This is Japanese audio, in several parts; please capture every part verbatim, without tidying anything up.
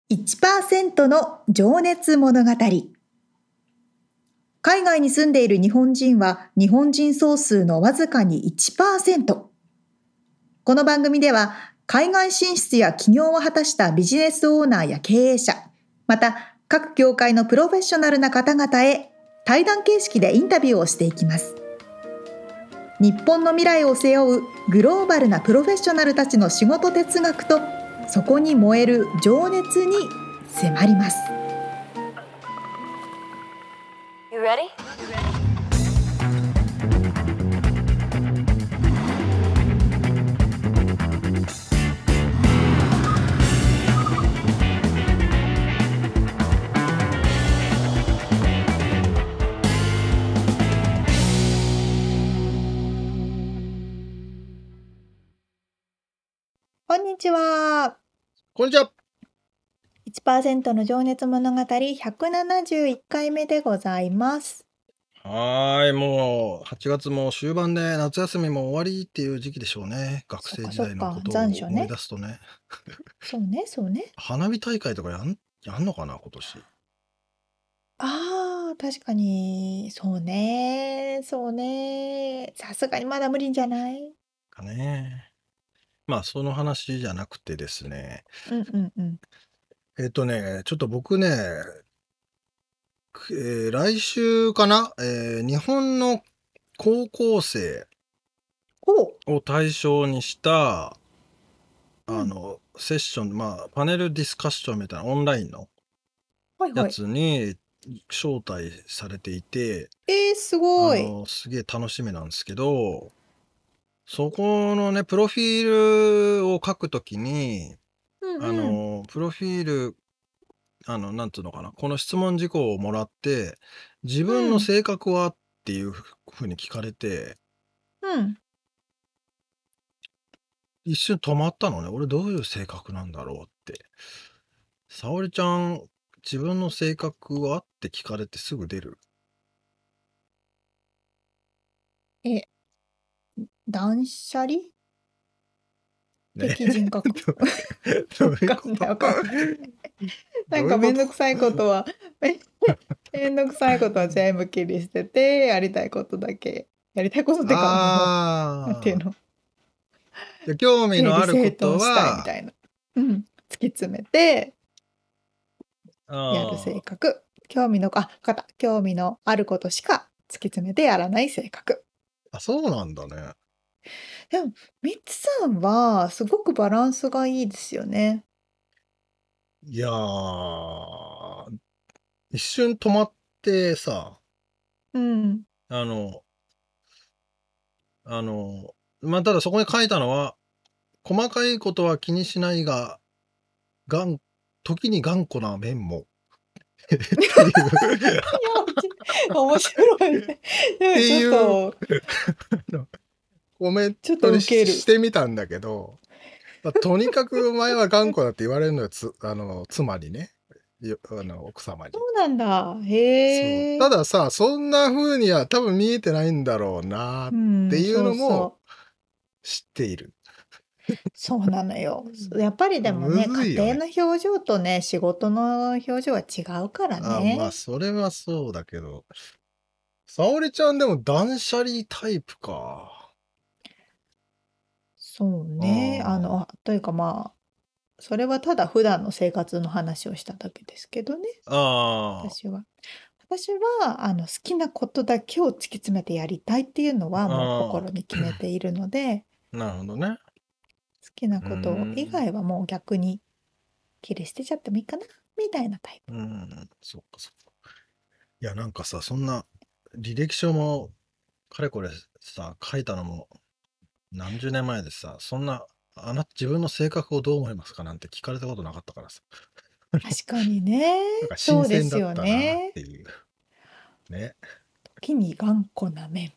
いちパーセント の情熱物語。海外に住んでいる日本人は日本人総数のわずかに いちパーセント。この番組では海外進出や起業を果たしたビジネスオーナーや経営者、また各業界のプロフェッショナルな方々へ対談形式でインタビューをしていきます。日本の未来を背負うグローバルなプロフェッショナルたちの仕事哲学とそこに燃える情熱に迫ります。 You ready? こんにちは。 こんにちは。 いちパーセント の情熱物語ひゃくななじゅういっかいめでございます。 はーい、もうはちがつも終盤で夏休みも終わりっていう時期でしょうね。学生時代のことをそっかそっか残暑ね思い出すとね。 そうね、そうね。 花火大会とかやん、やんのかな、今年。 ああ、確かに、そうね、そうね。さすがにまだ無理んじゃない？ かね。まあ、その話じゃなくてですね。 うんうんうん。 えっとね、ちょっと僕ね、くえー来週かな、えー日本の高校生おう、 を対象にした、 うん、 あの、セッション、まあ、パネルディスカッションみたいなオンラインのやはいはい。 つに招待されていて、 えー、すあごい。 の、すげえ楽しみなんですけど、そこのね、プロフィールを書くときに、あうんうん。 の、プロフィール、あの、なんつうのかな、この質問事項をもらって、自分のうん性格はっていうふうに聞かれて、 うん一瞬止まったのね。俺どういう性格なんだろうって。沙織ちゃん、自分の性格はって聞かれてすぐ出る。 え、断捨離ね。 的人格どういうこわかんないわとかんない。なかどうんいうことめんどくさいことは、めめんどくさいことは全部切り捨てて、やりたいことだけ。やりたいことってかもう、なんていうああ。 の、 で興味整理のあること整頓したいみは、 たいな。うん。突き詰めて、やる性あ格。興味の、あ、わかった。興味のあることしか突き詰めてやらない性格。 あ、そうなんだね。 でも、ミッツさんは、すごくバランスがいいですよね。 いやー、一瞬止まってさ、 うん。 あの、あの、まあ、ただそこに書いたのは、細かいことは気にしないが、がん、時に頑固な面も。っていういや、面白い。でもちょっと、 コメンちょっトにとウケる。 ししてみたんだけど、まあ、とにかくお前は頑固だって言われるのよ、つ、あの、妻にね。よあの、奥様に。 そうなんだ。 そう。 へえ。 たださ、そんな風には多分見えてないんだろうなっうん、 ていうそうのもそう。 知っている。 そうなのよ。やっぱりでもね、 むずいよね。 家庭の表情とね、仕事の表情は違うからあ、まあ、 ね。 それはそうだけど。沙織ちゃんでも断捨離タイプか。 そううね。あん。 の、あというかまあ、それはただ普段の生活の話をしただけですけどね、 ああ。 私は。私は、あの、好きなことだけを突き詰めてやりたいっていうのはもうあ心に決めているので、 あ。なるほどね。 好きなうこと以ん。 外はもう逆に切り捨てちゃってもいいかな、みたいなタイプ。 うん。そっかそっか。いや、なんかさ、そんな履歴書もかれこれさ、書いたのも何十年前でさ、そんな、あなた自分の性格をどう思いますかなんて聞かれたことなかったからさ。 確かにね。 なんか新そうですよ鮮だったなっね。 ていう。ね。 時に頑固な面。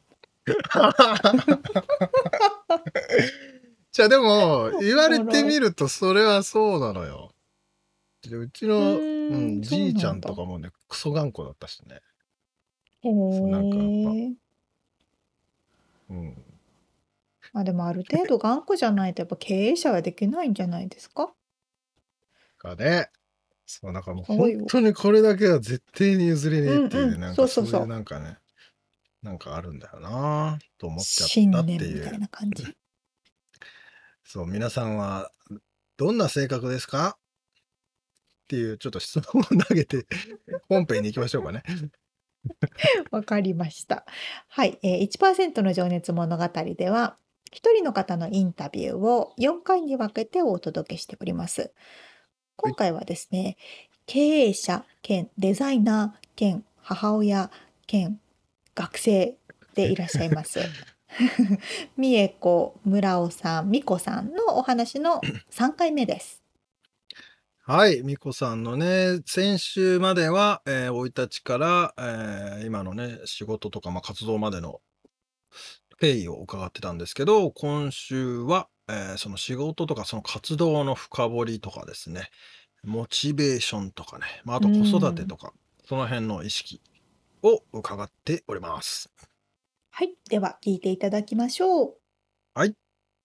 じゃあでも、言わおもろい。 れてみるとそれはそうなのよ。でうちうの、うーん、 ん、 そうじいちゃなんだ。 んとかもね、クソ頑固だったしね。 へそう、なんかやっぱ、 え。 うん。 まあでもある程度頑固じゃないとやっぱ経営者はできないんじゃないですか？ かね。 そう、だからもう本かわいいよ。 当にこれだけは絶対に譲れねうんえっていうね、 うん。 なんかそういうそうそうそう。 なんかね、なんかあるんだよなと思っちゃった信ってい念みたいうな感じ。 そう、皆さんはどんな性格ですかっていうちょっと質問を投げて本編に行きましょうかね。 わかりました。はい、えー、いちパーセントの情熱物語では、一人の方のインタビューをよんかいに分けてお届けしております。 はい。 今回はですね、経営者兼デザイナー兼母親兼学生でいらっしゃいます。みえこ、村尾さん、みこさんのお話のさんかいめです。 はい、みこさんのね、先週までは、えー、生い立ちから、えー、今のね、仕事とか、まあ、活動までの経緯を伺ってたんですけど、今週は、えー、その仕事とかその活動の深掘りとかですね、モチベーションとかね、まあ、あうと子育てん。 とか、その辺の意識を伺っております。 はい、では聞いていただきましょう。 はい。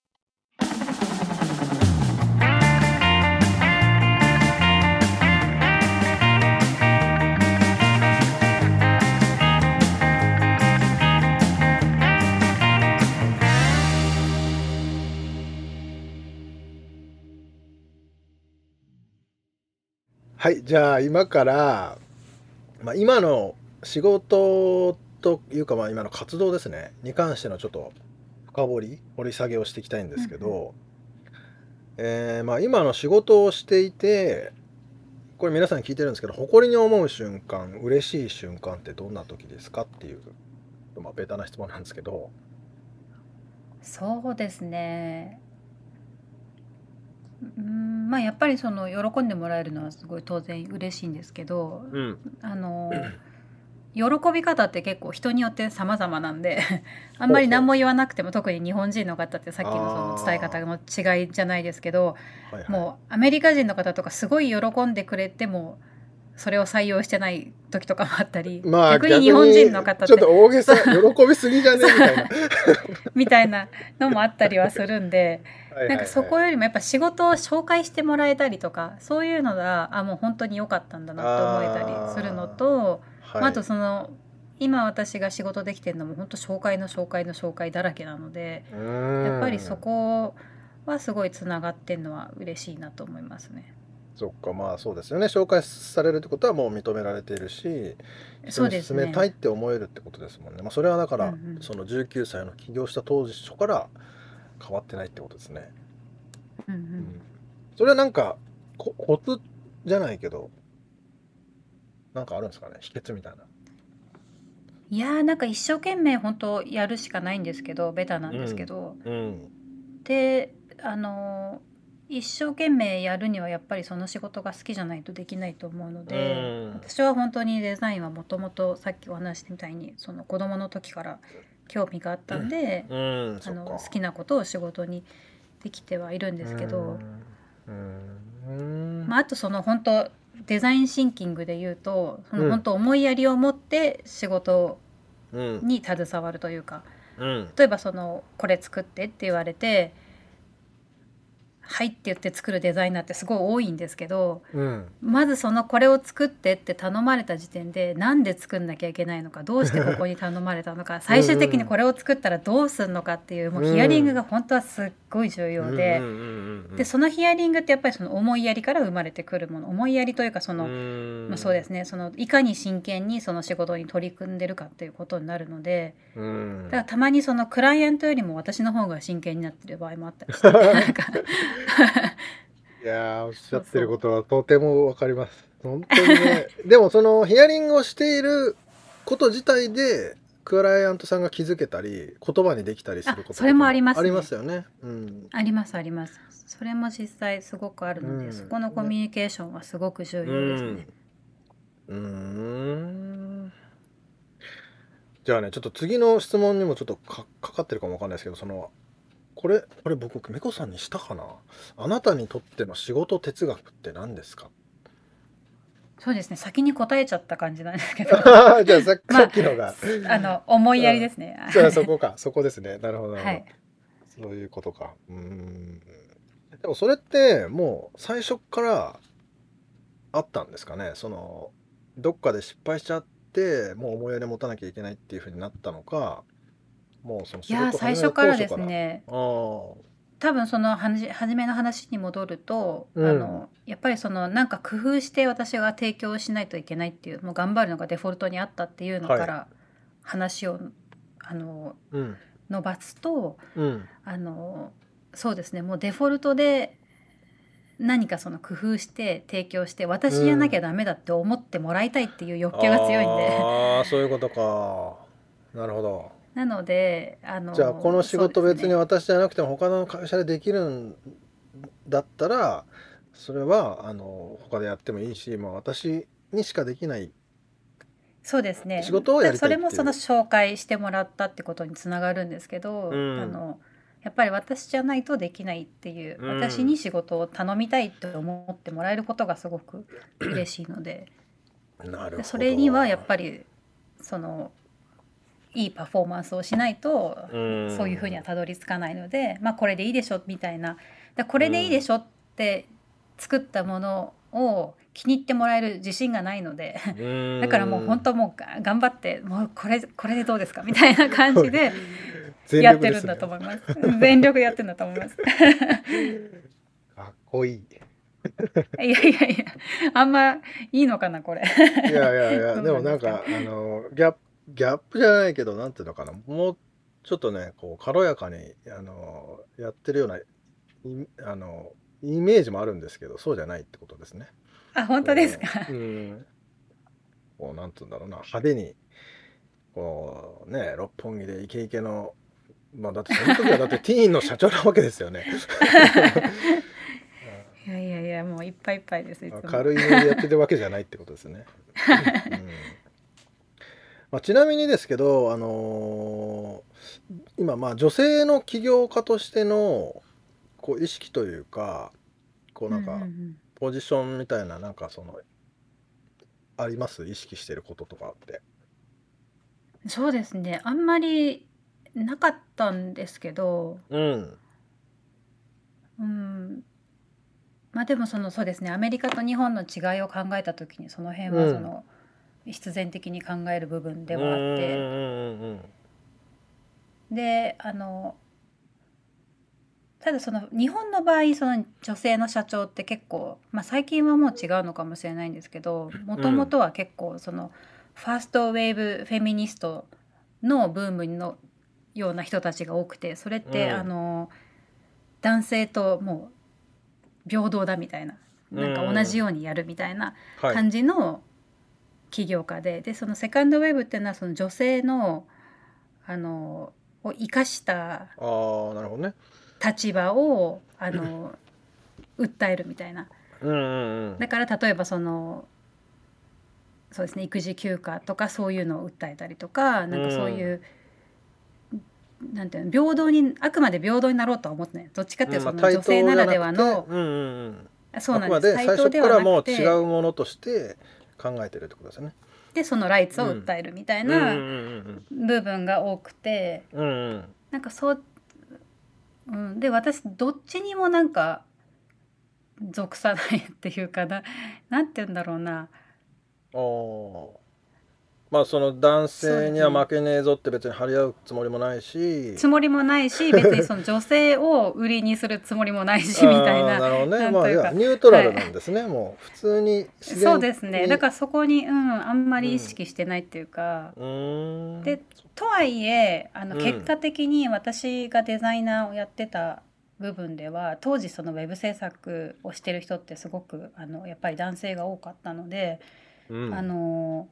はい、じゃあ今から、まあ、今の仕事というか、まあ、今の活動ですね、に関してのちょっと深掘り、掘り下げをしていきたいんでうんうん。 すけど、えーまあ、今の仕事をしていて、これ皆さんに聞いてるんですけど、誇りに思う瞬間、嬉しい瞬間ってどんな時ですかっていう、まあ、ベタな質問なんですけど、 そうですね。うーん、まあやっぱりその喜んでもらえるのはすごい当然嬉しいんですけど、 うん、 あの喜び方って結構人によって様々なんであんほうほう。 まり何も言わなくても、特に日本人の方ってさっきのその伝え方あの違いじゃないですけど、 あ、はいはい。 もうアメリカ人の方とかすごい喜んでくれてもそれを採用してない時とかもあったり、 まあ逆に日逆に本人の方ってちょっと大げそうさ、喜びすぎじゃねみたいな。 みたいなのもあったりはするんで、 はいなんかはいはい。 そこよりもやっぱ仕事を紹介してもらえたりとか、そういうのがあもう本当に良かったんだなって思えたりするのあと、 あ、 まあ、あとはい。 その今私が仕事できてるのも本当紹介の紹介の紹介だらけなので、 うやっぱりそーん。 こはすごいつながってんのは嬉しいなと思いますね。 そっか、まあそうですよね。紹介されるってことはもう認められているし、人そうにですね。 勧めたいって思えるってことですもんね。まあそれはだかうんうら、 ん。 そのじゅうきゅうさいの起業した当初から変わってないってことですね。 うんうん。 うん。それはなんか、こコツじゃないけど、なんかあるんですかね。秘訣みたいな。 いやーなんか一生懸命本当やるしかないんですけど、ベタなんですけうん。 ど、 うん。 であの一生懸命やるにはやっぱりその仕事が好きじゃないとできないと思うのうで、 ん。 私は本当にデザインはもともとさっきお話ししたみたいにその子供の時から興味があったんで、 うん、 あそっか。 の好きなことを仕事にできてはいるんでうすけど、 ん。うん。 まあ、あとその本当デザインシンキングで言うと、そのうん。 本当思いやりを持って仕事うん。 に携わるというか、 うん。 例えばそのこれ作ってって言われてはいって言って作るデザイナーってすごい多いんですけど、 うん。 まずそのこれを作ってって頼まれた時点でなんで作んなきゃいけないのか、どうしてここに頼まれたのか、 う最終的にん。 これを作ったらどうすんのかっていう、もううヒアリングがん。 本当はすっごい重うん。う要で、でん。 そのヒアリングってやっぱりその思いやりから生まれてくるもの、思いやりというかそうの、まあ、そうでん。 すね、そのいかに真剣にその仕事に取り組んでるかっていうことになるので、 うだからん。 たまにそのクライアントよりも私の方が真剣になってる場合もあったりしてなんかいやー、おっしゃってるこそうそうとはとてもわかります。本当にね。でもそのヒアリングをしていること自体で、クライアントさんが気づけたり、言葉にできたりすあ、 ることそれもありとかもありまますね。 すよね。うん。 ありますあります。それも実際すごくあるうので、そん。 このコね。 ミュニケーションはすごく重う要ですね。 ん。うーん。じゃあね、ちょっと次の質問にもちょっとか、かかってるかもわかんないですけど、その、これ、これ僕、メコさんにしたかな。あなたにとっての仕事哲学って何ですか？ そうですね。先に答えちゃった感じなんですけどじゃあさ、さまあ、 っきのが、 あの思いやりうん。 ですね。 そう、そこか、そこですね。なるほど、なるほど。 はい。 そういうことか。うーん。でもそれって、もう最初からあったんですかね。そのどっかで失敗しちゃってもう思いやり持たなきゃいけないっていう風になったのか、もうその仕いやー、最事を始める初からで当初から。あすね、 あ、 多分そのはじ初めの話に戻ると、 うん、 あのやっぱりそのなんか工夫して私が提供しないといけないっていう、もう頑張るのがデフォルトにあったっていうのはい、 から話をあのうん、 伸ばすと、 うん、 あのそうですね、もうデフォルトで何かその工夫して提供してう私じゃなきゃん。 ダメだって思ってもらいたいっていう欲求が強いんでああ、そういうことか。なるほど。 なのであじゃあこののそうで仕事すね、 別に私じゃなくても他の会社でできるんだったら、それはあの他でやってもいいし、まあ、私にしかできないそうですね、 仕事をやでりそれもそのたいっていう。 紹介してもらったってことにつながるんですけど、あうん、 のやっぱり私じゃないとできないっていう、 うん、 私に仕事を頼みたいって思ってもらえることがすごく嬉しいので、 なるでそほれにはやっど。 ぱりそのいいパフォーマンスをしないとうそういうふうにん、 はたどり着かないので、まあこれでいいでしょみたいな、でこれでいいでうん、 しょって作ったものを気に入ってもらえる自信がないのでうだからもう本ん。 当もうが頑張ってもうこれこれでどうですかみたいな感じで全やってるんだと力ですね。 思います。全力でやってるんだと思います。 かっこいい。 いやいやいや、あんまいいのかなこれ。 いやいやいや、 どうでなんですかね。 もなんか、あの、ギャップ、ギャップじゃないけど、なんていうのかな、もうちょっとね、こう、軽やかに、あの、やってるような、いあの、イメージもあるんですけど、そうじゃないってことですね。 あ、本当ですか。 こう、うん、こう、なんていうんだろうな、派手に、こう、ね、六本木でイケイケの、まあ、だってその時はだってティーンの社長なわけですよね。 いやいやいや、もういっぱいいっぱいですいあつも。 軽いノリでやってるわけじゃないってことですね。うんまあ、ちなみにですけど、あのー今まあ女性の起業家としてのこう意識というか、こううんうんうなんかん。 ポジションみたいな、なんかそのあります？意識してることとかって。 そうですね。あんまりなかったんですけど、 うん。 うん、まあでもそのそうですね、アメリカと日本の違いを考えた時にその辺うん。 はその必然的に考える部分でうんうんはあって、 うんうんで、あのただその日本の場合その女性の社長って結構、まあ、最近はもう違うのかもしれないんですけど、もうん。 ともとは結構そのファーストウェーブフェミニストのブームのような人たちが多くて、それってあうんの男性ともう平等だみたいな、 うなんか同じん。 ようにやるみたいなはい。 感じの起業家で、でそのセカンドウェーブっていうのはその女性のあのを生かしたああ、なるほどね。 立場をあの訴えるみたいな。 うんうんうん。 だから例えばそのそうですね、育児休暇とかそういうのを訴えたりとか、 うなんかそういん。 うなんていうの、平等にあくまで平等になろうとは思ってない。どっちかっていううん、まあとその女性対等じゃならでなくて、 はの、 うんうんうん。あくまそうなんです、 で最初対等ではなからもう違くて、 うものとして考えてるってことですよね。 でそのライツをうん。 訴えるみたいうんうんなうん部分が多くて、 うん。うんうん。 なんかそう、うん、で私どっちにもなんか属さないっていうかな、なんて言うんだろうな。 ああ。まあその男性には負そうですね、 けねえぞって別に張り合うつもりもないし、 つもりもないし、別にその女性を売りにするつもりもないしみたいああ、 な、 なるほどね。まあいや、 なんというか、 ニュートラルはい。 なんですね。もう普通に自そう然ですね。だに。 からそこに、うん、あんまり意うん。 識してないっていうか、 うーん。 で、とはいえ、あのうん。 結果的に私がデザイナーをやってた部分では、当時そのウェブ制作をしてる人ってすごくあのやっぱり男性が多かったので、あうん。 の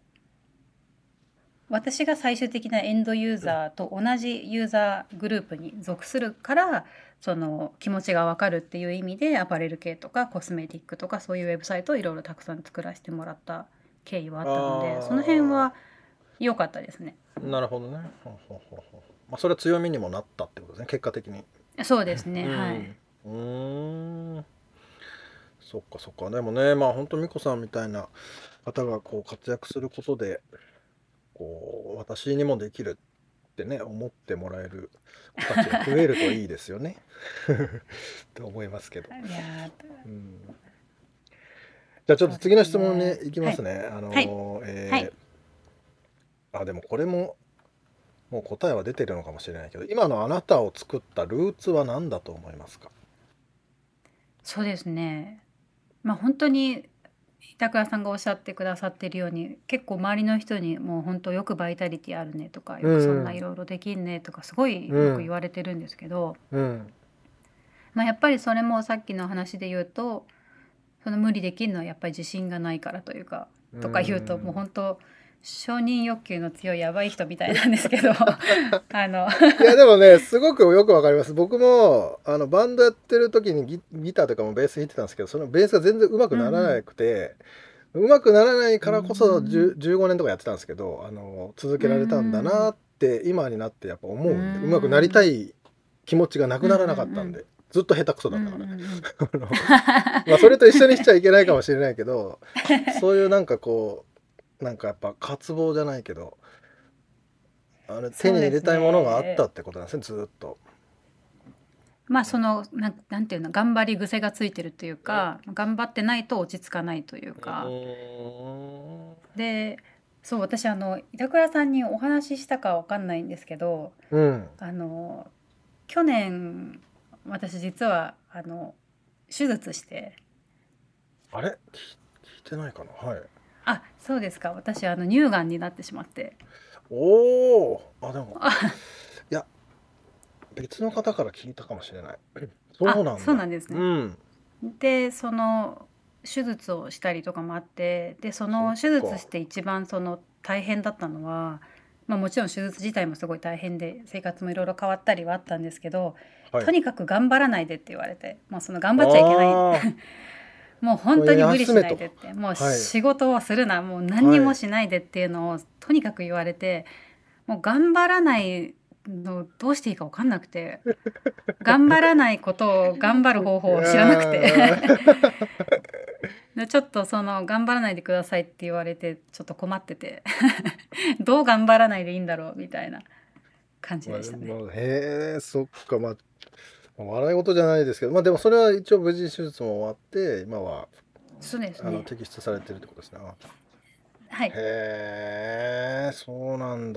私が最終的なエンドユーザーと同じユーザーグループに属するから、その気持ちが分かるっていう意味でアパレル系とかコスメティックとかそういうウェブサイトをいろいろたくさん作らせてもらった経緯はあったので、その辺あは良かったですね。 あ、なるほどね。ほうほうほうほう。まあそれは強みにもなったってことですね。結果的に。 そうですね、はい。 うん。うーん。そっかそっか。でもね、まあ本当美子さんみたいな方がこう活躍することで、こう私にもできるってね思ってもらえる子たちが増えるといいですよね。と思いますけど。 いやうん。 じゃあちょっと次の質問そうですねに行きますね。あのはいーえーはいあ、でもこれももう答えは出てるのかもしれないけど、今のあなたを作ったルーツは何だと思いますか？ そうですね。まあ本当に板倉さんがおっしゃってくださってるように結構周りの人にもう本当よくバイタリティあるねとかうよくそんないんろいろできんねとかすごいよく言うんわれてるんですけど、 うんまあ、やっぱりそれもさっきの話で言うとその無理できるのはやっぱり自信がないからというかうとか言うともうん。 本当承認欲求の強いやばい人みたいなんですけどあのいやでもね、すごくよくわかります。僕もあのバンドやってる時にギ、ギターとかもベース弾いてたんですけど、そのベースが全然上手くならなくて、上手くならないうんからこそじゅう じゅうごねんとかやってたんですけど、あの続けられたんだなって今になってやっぱ思うんで、上手くなりたい気持ちがなくならなかったんで、ずっと下手くそだったからね。あのまあそれと一緒にしちゃいけないかもしれないけど、そういうなんかこうなんかやっぱ渇望じゃないけど、あれ手に入れたいものがあったってことなんですね、ずっと。 まあそのなんなんていうの頑張り癖がついてるというか頑張ってないと落ち着かないというかでそう私あの板倉さんにお話ししたかわかんないんですけどうん。 あの去年私実はあの手術してあれ聞聞いてないかな。はい。 あそうですか私あの乳がんになってしまっておお。あでもあいや別の方から聞いたかもしれない。そうなんだ。 そうなんですね。 うん。 でその手術をしたりとかもあってでその手術して一番その大変だったのは、まあ、もちろん手術自体もすごい大変で生活もいろいろ変わったりはあったんですけど、 はい。 とにかく頑張らないでって言われてもうその頑張っちゃいけないあーもう本当に無理しないでってもうはい仕事をするなもう何にもしないでっていうのをとにかく言われてもう頑張らないのどうしていいか分かんなくて頑張らないことを頑張る方法を知らなくてでちょっとその頑張らないでくださいって言われてちょっと困っててどう頑張らないでいいんだろうみたいな感じまあでしたね。 まあへえ、そっか。まあ笑い事じゃないですけど、まあでもそれは一応無事手術も終わって今はそうですあのね。 摘出されてるってことですね。あはい。 へえ、そうなんだ。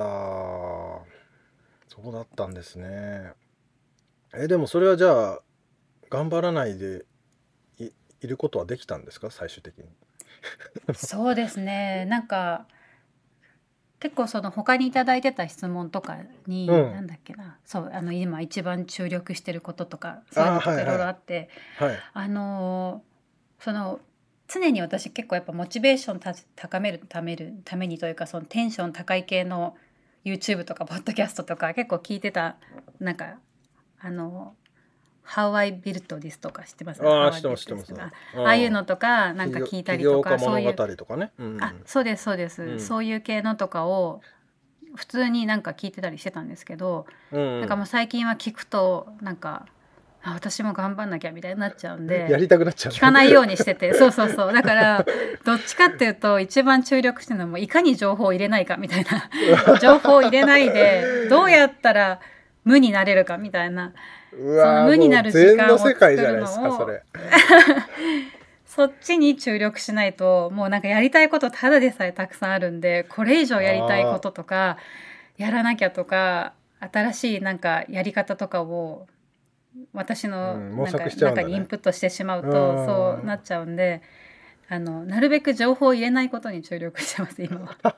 そうだったんですね。え、でもそれはじゃあ頑張らないでい、いることはできたんですか、最終的に。 そうですね。なんか結構その他にいただいてた質問とかに、 うんなんだっけな、そうあの今一番注力してることとかそういうのとかいろいろあってはい。 あのその常に私結構やっぱモチベーションた高めるためるためにというかそのテンション高い系の YouTube とかポッドキャストとか結構聞いてたなんかあの How I Built This とか知ってます？ ああ、 How 知 I ってま Built す、知ってま This す。 とかあああいうのとかなんか聞いたりとか起業家そういう物語とかね。うんあそうですそうです、 うんそういう系のとかを普通になんか聞いてたりしてたんですけど、 うんなんかもう最近は聞くとなんかあ私も頑張んなきゃみたいになっちゃうんでやりたくなっちゃう。 聞かないようにしててそうそうそうだからどっちかっていうと一番注力してるのはもういかに情報を入れないかみたいな情報を入れないでどうやったら無になれるかみたいなうわー、 その無になる時間をもう禅の世界じゃないですか、 作るのをそれ。 そっちに注力しないともうなんかやりたいことただでさえたくさんあるんでこれ以上やりたいこととかやらなきゃとか新しいなんかやり方とかを私のうん、模なんか索しちゃうんだね。 中にインプットしてしまううんとそうなっちゃうんであのなるべく情報を入れないことに注力してます今は。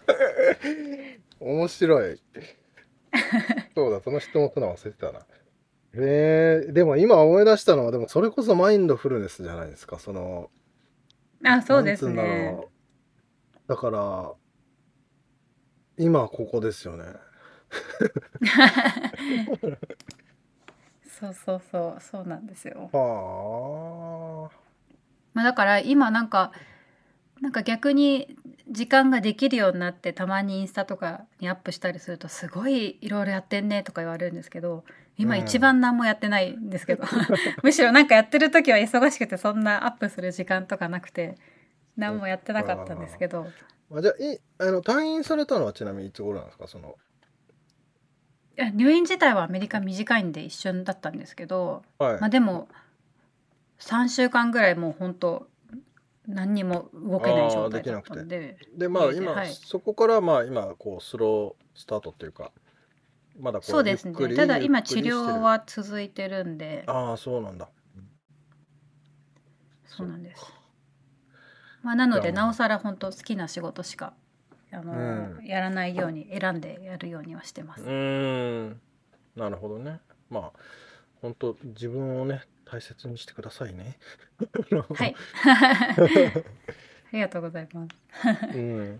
面白い。そうだ、その質問するの忘れてたな。へえ、でも今思い出したのは、でもそれこそマインドフルネスじゃないですか。その、 あそうですなんつうんだね。 ろう。だから、今ここですよね。 そうそうそうそうなんですよ。 はあ。 まあ、だから今なんかなんか逆に時間ができるようになってたまにインスタとかにアップしたりするとすごいいろいろやってんねとか言われるんですけど今一番何もやってないんですけど、むしろなんかやってる時は忙しくてそんなアップする時間とかなくて何もやってなかったんですけどあ、じゃあ、い、あの、退院されたのはちなみにいつ頃なんですか、その。 いや入院自体はアメリカ短いんで一瞬だったんですけど、 はい。 まあ、でもさんしゅうかんぐらいもう本当何にも動けないあ状あ、で態だっきなくて。 たんで、 で、まあ家で、 今、 はい。 そこからまあ今、こう、スロースタートっていうか、まだこそうう、ゆっですね。たくりゆっだ今治くりしてる。 療は続いてるんで、 ああ、そうなんだ。うんそっそうなんです。 か。 まあ、ないのや、 でなおまさら本当好きな仕事しかああ、うのん。 やらないように選んでやるようにはしてまうす。 ーん。なるほどね。まあ、本当自分をね、大切にしてくださいね。 はい。ありがとうございます。 うん。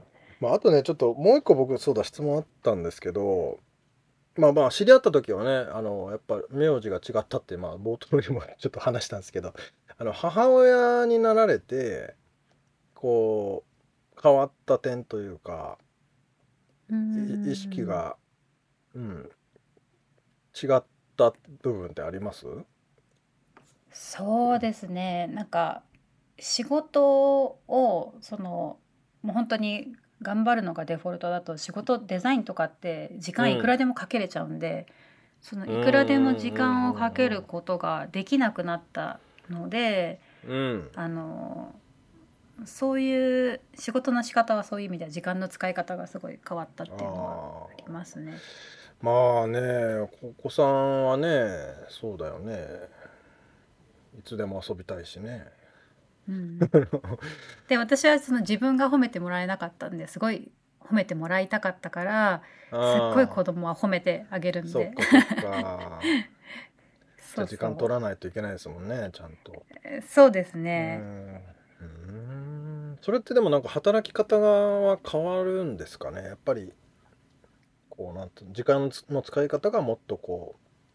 まあ、あとね、ちょっともう一個僕、そうだ、質問あったんですけど、まあまあ、知り合った時はね、あの、やっぱ名字が違ったって、まあ、冒頭にもちょっと話したんですけど、あの、母親になられて、こう、変わった点というか、 うんうんうい意識ん。 が、うん、違った部分ってあります？ そうですね。なんか仕事をそのもう本当に頑張るのがデフォルトだと仕事デザインとかって時間いくうん。 らでもかけれちゃうんで、そのうんいくらでも時間をかけうんることができなくなったので、 うんうん。 あのそういう仕事の仕方はそういう意味では時間の使い方がすごい変わったっうん。 ていうのはあありますね。 あ。まあね、お子さんはね、そうだよね。いつでも遊びたいしね。 うん、で私はその自分が褒めてもらえなかったんですごい褒めてもらいたかったからすっごいああ、 子供は褒めてあげるんで。 そっかそっか。じゃあ時間そうそ取らないといけないですもんね、ちゃんと。 うそうですうーね。 ん。うーん。それってでもなんか働き方は変わるんですかね。やっぱり、こう、なんて、時間の使い方がもっとこ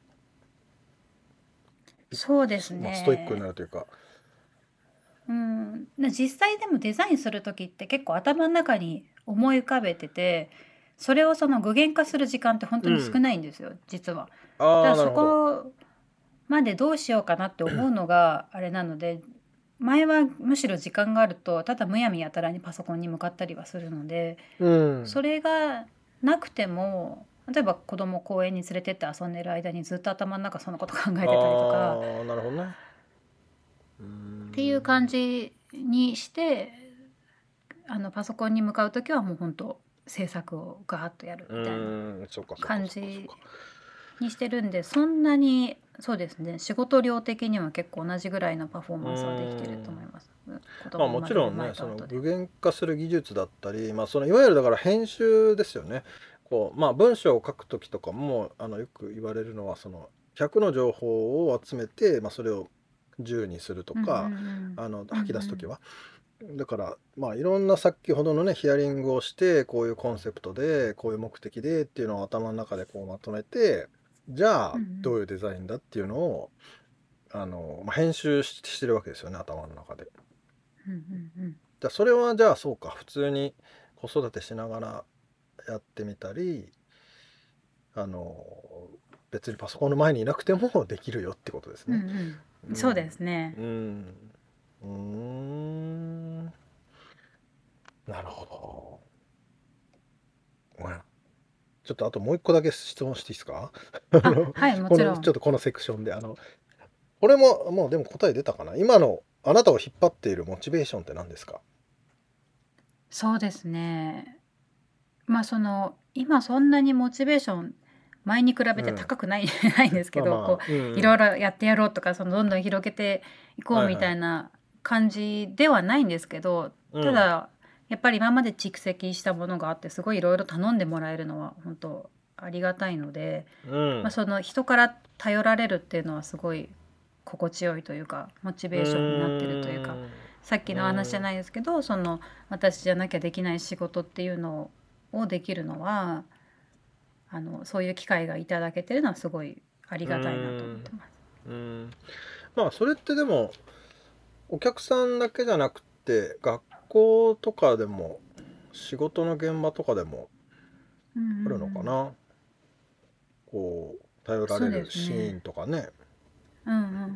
う、いそうですまあ、ストイックになね。 るというか。 うん、な実際でもデザインする時って結構頭の中に思い浮かべててそれをその具現化する時間って本当に少うん。 ないんですよ実は。だかああ、ならそるほど。 こまでどうしようかなって思うのがあれなので前はむしろ時間があるとただむやみやたらにパソコンに向かったりはするのでうん。 それがなくても例えば子供公園に連れてって遊んでる間にずっと頭の中そのこと考えてたりとかああ、なるほどね。うーっていう感ん。 じにしてあのパソコンに向かう時はもう本当制作をガーッとやるうみたいなーん、そっかそっか感じそっかそっか。 にしてるんでそんなにそうですね仕事量的には結構同じぐらいのパフォーうマンスはできてるーん。 と思います。子まあ供生まれるもちろんね、そ前と後で。 の具現化する技術だったり、まあそのいわゆるだから編集ですよね。こう、まあ文章を書くときとかも、あのよく言われるのは、そのひゃくの情報を集めて、まあそれをじゅうにするとうんうんか、あのうんう吐き出すときんは。だから、まあいろんな先ほどのね、ヒアリングをして、こういうコンセプトで、こういう目的でっていうのを頭の中でこうまとめて、じゃあうんうんどういうデザインだっていうのを、あの、まあ、編集ししてるわけですよね、頭の中で。 うんうんうんじゃあそれはじゃあそうか、普通に子育てしながらやってみたり、あの、別にパソコンの前にいなくてもできるよってことですうんね。 うんそうでうん。 すね。 うん。うーん。なるほど。うんちょっとあともう一個だけ質問していいですか？あの、 あはいもこの、 ちろん。 ちょっとこのセクションで、あの、これももうでも答え出たかな。今のあなたを引っ張っているモチベーションって何ですか？ そうですね。まあその今そんなにモチベーション前に比べてうん。 高くないないんですけどこまあまあ、うんういろいうん。 ろやってやろうとかそのどんどん広げていこうみはいはい。 たいな感じではないんですけどうん。 ただやっぱり今まで蓄積したものがあってすごいいろいろ頼んでもらえるのは本当ありがたいので、まあ、 うん。 その人から頼られるっていうのはすごい心地よいというかモチうベーションになってるというかーん。 さっきうの話じゃーん。 ないですけどその私じゃなきゃできない仕事っていうのをできるのはあのそういう機会がいただけてるのはすごいありうがたいなとーん。 思ってます。 うーん。まあそれってでもお客さんだけじゃなくて学校とかでも仕事の現場とかでもうんうんうあるのかん、 な。こう頼らそうでれるシーンすね。 とかね。 うんうんうんうん。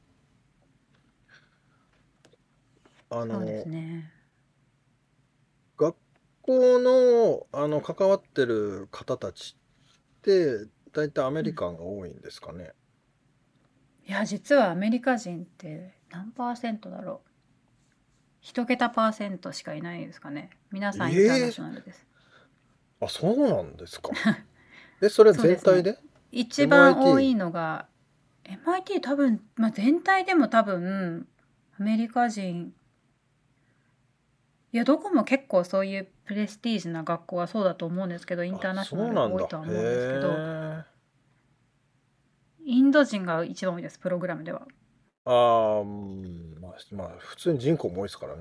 そうですあのね。 学校のあの関わってる方たちって大体アメうん。 リカンが多いんですかね。 いや実はアメリカ人って何パーセントだろう。 一桁パーセントしかいないですかね。皆さんえインターナえショナルです。 あ、そうなんですか。え、それそうですね。 全体で一番多 ?エムアイティー？ いのが エムアイティー 多分、まあ、全体でも多分アメリカ人、いやどこも結構そういうプレステージな学校はそうだと思うんですけど、インタあ、 ーナショナルがそうなんだ。 多いとは思うんですけど、 へえ。 インド人が一番多いです、プログラムでは。 ああ、うん、まあ、まあ、普通に人口も多いですからね。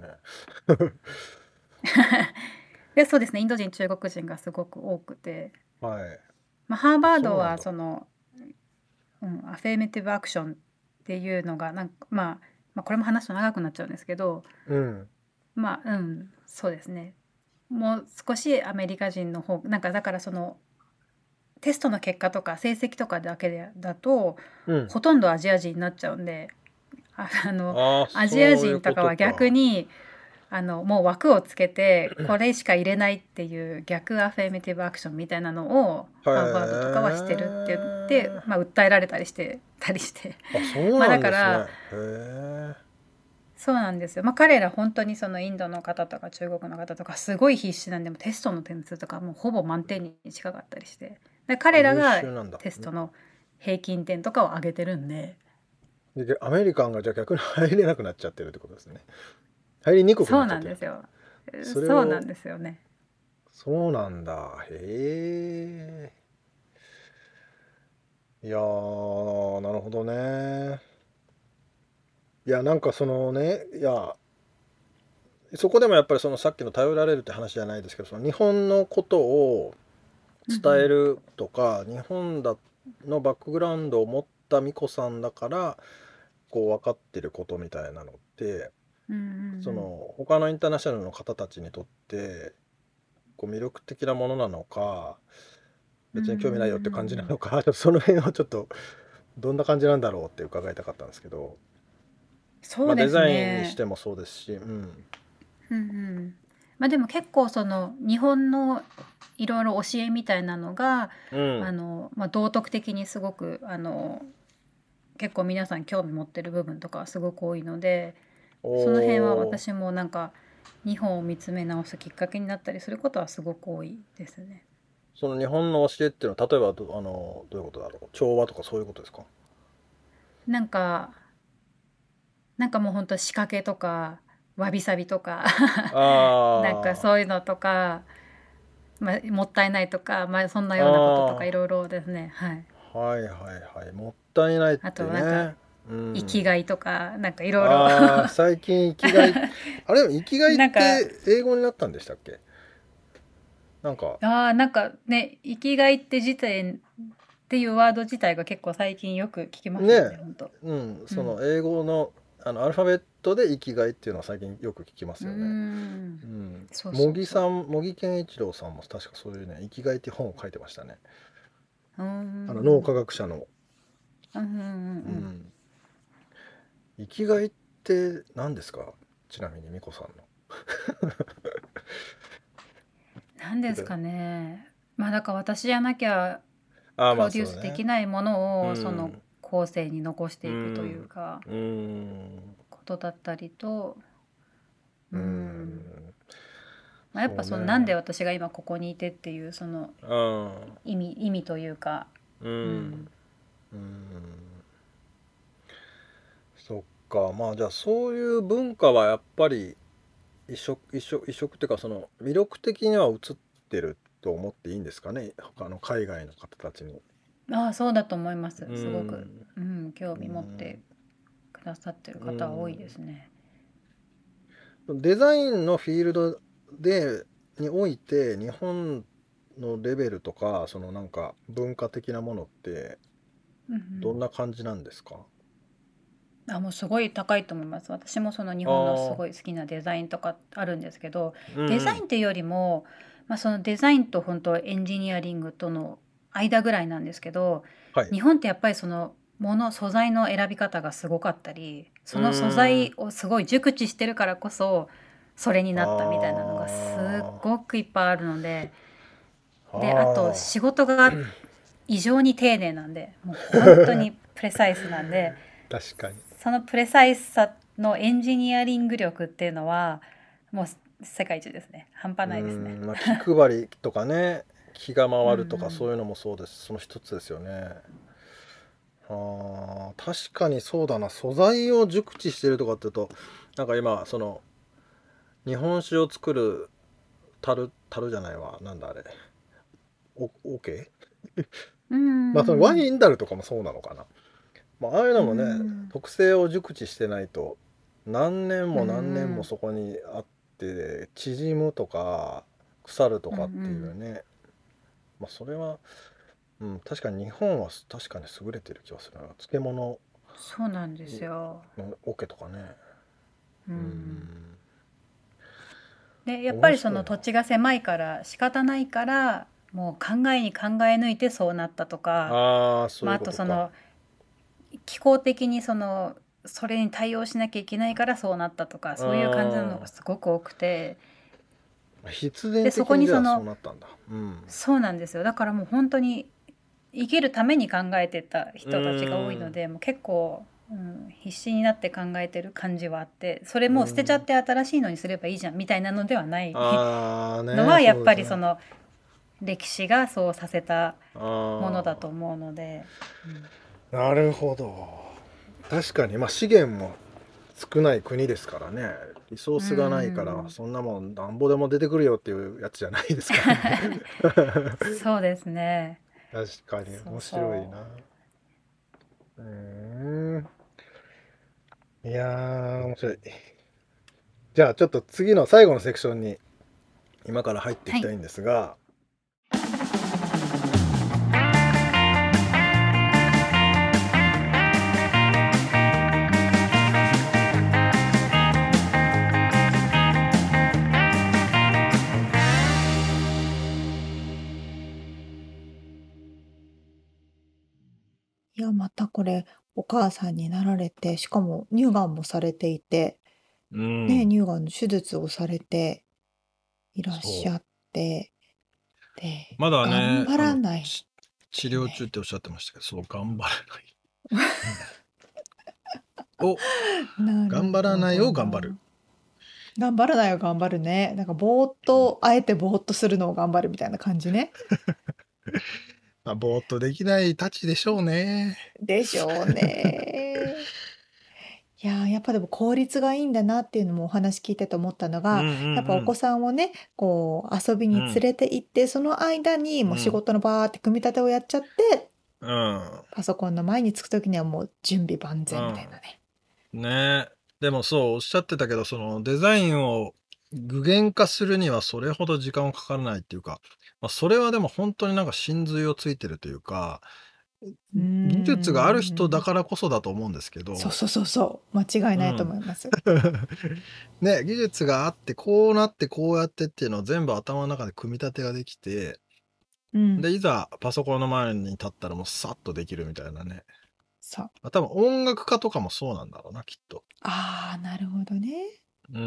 で、そうですね、インド人、中国人がすごく多くて、 はい。 まあ、ハーあ、 バードはそうなんだ。 その、うん、アフェーメティブアクションっていうのがなんか、まあ、まあこれも話すと長くなっちゃうんですけど、 うん。 まあうんそうですね、もう少しアメリカ人の方なんかだからそのテストの結果とか成績とかだけでだとうん。 ほとんどアジア人になっちゃうんで、ああのああ、 アジアそういうこ人とかは逆とか。 にあのもう枠をつけてこれしか入れないっていう逆アフェーメティブアクションみたいなのをへハーバードとかはしてるって言って、 え。 まあ、訴えられたりしてたりしてあ、そうまあなだからんですね。へえ。 そうなんですよ。まあ彼ら本当にそのインドの方とか中国の方とかすごい必死なんで、もテストの点数とかもうほぼ満点に近かったりして、であ、優彼らが秀なんだ。 テストの平均点とかを上げてるんで、 で、アメリカンがじゃあ逆に入れなくなっちゃってるってことですね。入りにくくそうなっちゃってる。 なんですよ。 それを、 そうなんですよね。 そうなんだ。へえ。いやー、なるほどね。いや、なんかそのね、いや、そこでもやっぱりそのさっきの頼られるって話じゃないですけど、その日本のことを伝えうんるとか、日本だのバックグラウンドを持った美子さんだからこう分かってることみたいなのって、 うんうんそうんの他のインターナショナルの方たちにとってこう魅力的なものなのか、 うんうん別に興味ないよって感じなうんのか、ちょっとその辺をちょっとどんな感じなんだろうって伺いたかったんですけど、まあデそうですザインにしね。 てもそうですし、うん、 うんうんまあでも結構その日本のいろいろ教えみたいなのがうん、 あの、まあ、道徳的にすごくあの結構皆さん興味持ってる部分とかはすごく多いので、その辺はおー、 私もなんか日本を見つめ直すきっかけになったりすることはすごく多いですね。 その日本の教えっていうのは例えばど、あのどういうことだろう、調和とかそういうことですか？ なんかなんかもうほんと仕掛けとかわびさびとかなんかあそういうのとか、まあ、もったいないとか、まあ、そんなあ、 ようなこととかいろあいろですね。はい。 あ、はいはいはい、もったいないっあてとなんかね。うん。 生きがいとかなんかいろいろああ、最近生きがい、あれ、生きがいっなんかて英語になったんでしたっけ？なんか、 あーなんかね生きがいって時点っていうワード自体が結構最近よく聞きますよね、 ね、 本当。 うん、 うん。 その英語の、あのアルファベットで生きがいっていうのは最近よく聞きますうーよね。 ん。 うん。 そう茂そうそう。 木さん、茂木健一郎さんも確かそういうね、生きがいって本を書いてましたね。 うーん。 あの脳科学者の。 うんうんうんうん。 うん。生きがいって何ですか？ちなみに美子さんの。 なんですかね。まあだから私じゃなきゃああ、まあプロデュースでそうね。 きないもうのをそのん。 後世に残しうていくというん。 かうん。 ことだったりと、ううん。 ん。 まあ、やっそうぱそのなんでね。 私が今ここにいてっていうそのうん。 意味意味というか、 うん。 うん。 うん。そっか。まあじゃあそういう文化はやっぱり異色、異色、異色っていうかその魅力的には映ってると思っていいんですかね。他の海外の方たちに。 ああ、そうだと思いまうす。すごく、 ん。 うん、興う味持ってん。 くださってるう方は多いですん。 ね。 デザインのフィールドでにおいて日本のレベルとかそのなんか文化的なものってうんうん。 どんな感じなんですか？ あ、もうすごい高いと思います。私もその日あ本のすあ、 ごい好きなデザインとかあるんですけど、デザインうんっていうよりも、まあ、そのデザインと本当エンジニアリングとの間ぐらいなんですけど、 はい。 日本ってやっぱりそのもの素材の選び方がすごかったり、 うその素ーん。 材をすごい熟知してるからこそそれになったみたいなのがすっあごくいっぱいあるので、 あ、 であとああ、 仕事が異常に丁寧なんで、もう本当にプレサイスなんで、 確かに。 そのプレサイスさのエンジニアリング力っていうのはもう世界一ですね。半う端ないですね。 ん、まあ、気配りとかね、気がう回るとかんそういうのもそうです。その一つですよね。あー確かにそうだな。素材を熟知してるとかっていうと、なんか今その日本酒を作る樽樽じゃないわ、なんだあれ、おオケうん。 まあそのワインダルとかもそうなのかな。まあ、ああいううのもね、 ん特性を熟知してないと何年うも何年もんそこにあって縮むとか腐るとうんうかっていうん。 ね、まあそれは、うん、確かに日本は確かに優れてる気がするな。漬物そうなんですよ。 の桶とかね。 ううん。 ん、 でやっぱりそ面白いな。 の土地が狭いから仕方ないからもう考えに考え抜いてそうなったとか、 ああ、そうまあ、あいうことか。 とその気候的にそのそれに対応しなきゃいけないからそうなったとかそういう感じなのがあすごく多くて、 あ、必然でそ的にじゃあそこにそのうなったんだ。うんそうなんですよ。だからもう本当に生きるために考えてたう人たちが多いーんので、もう結構、うん、必死になって考えてる感じはあって、それうもう捨てちゃっん、 て新しいのにすればいいじゃんみたいなのではないああのね、 はやっそうですね。 ぱりその歴史がそうさせたものだとあ思うので、うんあ、なるほど。確かに、まあ資源も少ない国ですからね。リソーうスがないから、 んそんなもんなんぼでも出てくるよっていうやつじゃないですからね。 そうですね。 確かにそう面白いそな。うーん。いやー、面白い。じゃあちょっと次の最後のセクションに今から入ってう。はい。 いきたいんですが、 いや、またこれ、お母さんになられて、しかも乳がんもされていて、 うね、 ん、 乳がんの手術をされていらっしそう。 ゃって、で、 まだね、 頑張あの、 らないち治ってね。 療中っておっしゃってましたけど、そう、頑張らない。を、 なる頑張らないほどを頑張る。 な。頑張らないを頑張るね。なんかぼーっうんと、あえてぼーっとするのを頑張るみたいな感じね。 まあ、ぼーっとできないたちでしょうね。 でしょうね。いやー、やっぱでも効率がいいんだなっていうのもお話聞いてて思ったのうんうが、やっぱお子んさんをね、こう遊びうん。うん。 に連れて行って、その間にもう仕うん。 事のバーって組み立てをやっちゃって、 うん。 パソコンの前に着くときにはもう準備万う全みたいなね。 ん。ねえ。でもそうおっしゃってたけど、そのデザインを具現化するにはそれほど時間をかからないっていうか、まあ、それはでも本当になんか真髄をついてるというか、 うー技術がある人だん。 からこそだと思うんですけど、 そうそうそうそう。間違いないとうん。 思います。 ね、技術があってこうなってこうやってっていうのを全部頭の中で組み立てができて、 うん。 でいざパソコンの前に立ったらもうさっとできるみたいなね。 そう。 まあ、多分音楽家とかもそうなんだろうな、きっと。 ああ、なるほどね。 うん。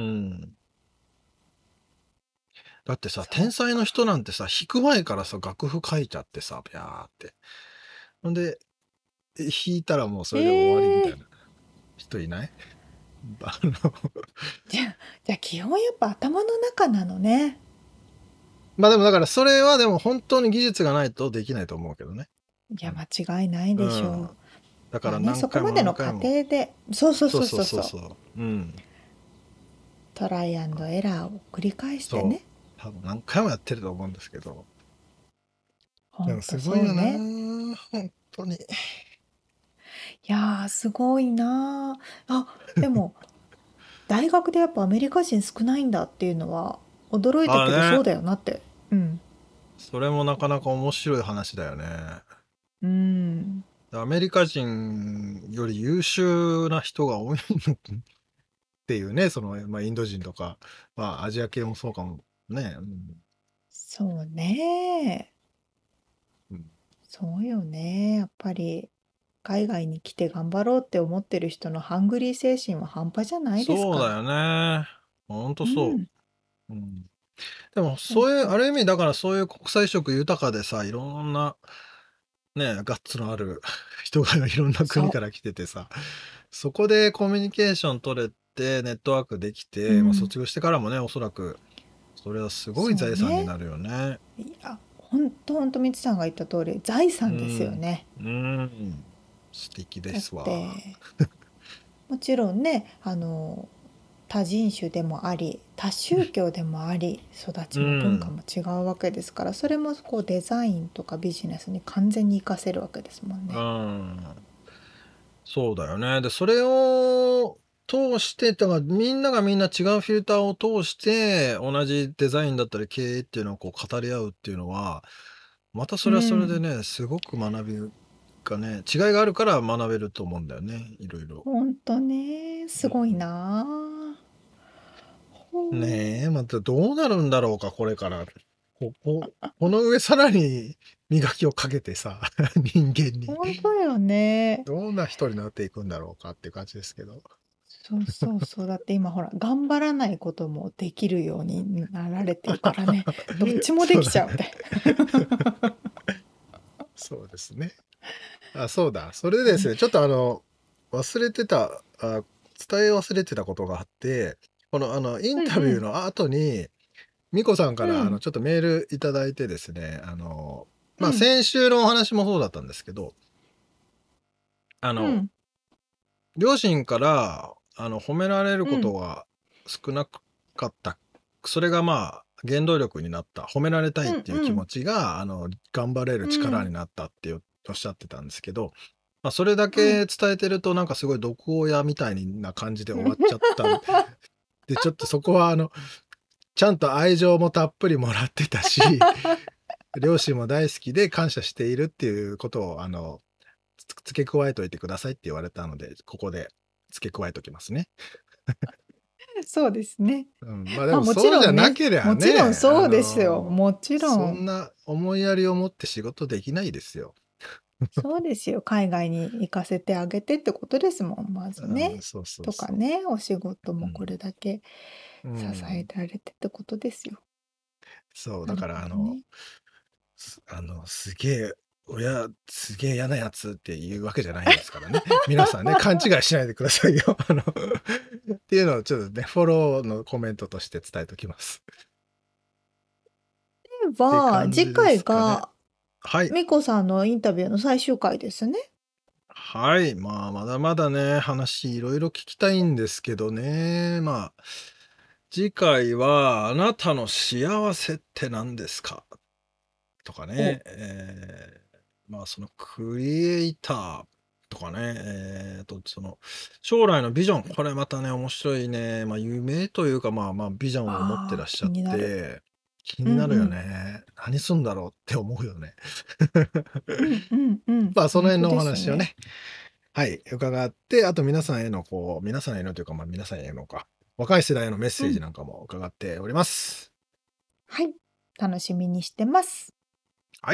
だってさ、 そう天才のか。 人なんてさ、弾く前からさ、楽譜書いちゃってさ、ビャーって。ほんで、え弾いたらもうそれで終わりみええたいな人いない？あの、 じゃあ、じゃあ基本やっぱ頭の中なのね。 まあでもだからそれはでも本当に技術がないとできないと思うけどね。 いや、 うん。 間違いないでしょう。 うん。だからまあね、そこ何回もまでの過何回も。 程で、そうそうそうそうそうそうそう。 そうそう。うん。 トライアンドエラーを繰り返してそう。 ね。 多分何回もやってると思うんですけど。でもほんとすごいよな、 そうね。 本当に。 いやー、すごいなー。あ、でも、大学でやっぱアメリカ人少ないんだっていうのは驚いたああけどそうね。 だよなって。うん。 それもなかなか面白い話だよね。 うん。 アメリカ人より優秀な人が多いっていうね、その、まあ、インド人とか、まあ、アジア系もそうかもね。 そうね。 うん。 そうよね。やっぱり海外に来て頑張ろうって思ってる人のハングリー精神は半端じゃないですから。 そうだよね。ほんとそうん。 う。うん。でも、 ほんそういう、あと。 る意味、だからそういう国際色豊かでさ、いろんな、ね、ガッツのある人がいろんな国そう。 から来ててさ、そこでコミュニケーション取れってネットワークできうて、まあ、 ん、 卒業してからもね、おそらくそれはすごいそう財産にね。 なるよね。 いや、ほんとほんとみつさんが言った通り財う産ですよん。 ね。 うん。素敵でだっすわ。 てもちろんね、あの多人種でもあり多宗教でもあり育うちも文化ん。 も違うわけですから、それもこうデザインとかビジネスに完全に活かせるわけですもんうね。 ん。そうだよね。で、それを通して、だからみんながみんな違うフィルターを通して、同じデザインだったり経営っていうのをこう語り合うっていうのは、またうそれはそれでん、 ね、すごく学びがね、違いがあるから学べると思うんだよね、いろいろ。 ほんとね、すうごいん。 なあ。ほねえ、またどうなるんだろうか、これから。こここの上さらに磨きをかけてさ、人間に。 ほんとよね。 どんな人になっていくんだろうかっていう感じですけど。 そうそうそう。だって今ほら、頑張らないこともできるようになられてるからね。どっちもでそうだきちゃうみね。 たいな。 そうですね。あ、そうだ。それでですね。 ね、ちょっとあの、忘れてた、あ、伝え忘れてたことがあって、このあの、インタビューうんうん。 の後に、ミコさんからあの、 うん。 ちょっとメールいただいてですね、あの、まあ、 うん。 先週のお話もそうだったんですけど、あの、 うん。 両親からあの、褒められるうん。 ことが少なかった。それがまあ、原動力になった。褒められたいっうんうん。 ていう気持ちが、あの、頑張れるうん。 力になったっておっしゃってたんですけど、まあ、それだうん。 け伝えてるとなんかすごい毒親みたいな感じで終わっちゃったんで、ちょっとそこはあの、ちゃんと愛情もたっぷりもらってたし、両親も大好きで感謝しているっていうことをあの、つ付け加えといてくださいって言われたので、ここで付け加えときますね。 そうですね。 うん、ま、でま、 ももちそうじゃなろんね、 けりゃもちろんね、あそうですよ。 の、 もちろん。 そんな思いやりを持って仕事できないですよ。 そうですよ。海外に行かせてあげてってことですもん、まずうん、 ね。 そうそうそう。 とかね、お仕事うん。 もこれだけう支えん。 てられてってことですよ。 そう、だなるからあの、 ほどね。 すあの、すげえ、親すげえ嫌なやつっていうわけじゃないですからね。皆さんね、勘違いしないでくださいよ。あのっていうのをちょっとね、フォローのコメントとして伝えときます。 でっては、次感じですかね。 回がはい。 ミコさんのインタビューの最終回ですね。 はい。まあ、まだまだね、話いろいろ聞きたいんですけどね。まあ、次回はあなたの幸せって何ですか？とかお。 ね、ええ、まあ、そのクリエイターとかね、ええと、その将来のビジョン、これまたね、面白いね。ま、夢というか、まあまあ、ビジョンを持ってああ、気らっしゃっになる。 て、気うんになるようん。 ね。何すんだろうって思うよね。 うんうんうん。 まあ、その辺のおほんとですね。 話をね、はい、伺って、あと皆さんへのこう、皆さんへのというか、ま、皆さんへのか、若い世代へのメッうん。 セージなんかも伺っております。 はい、楽しみにしてます。 はい。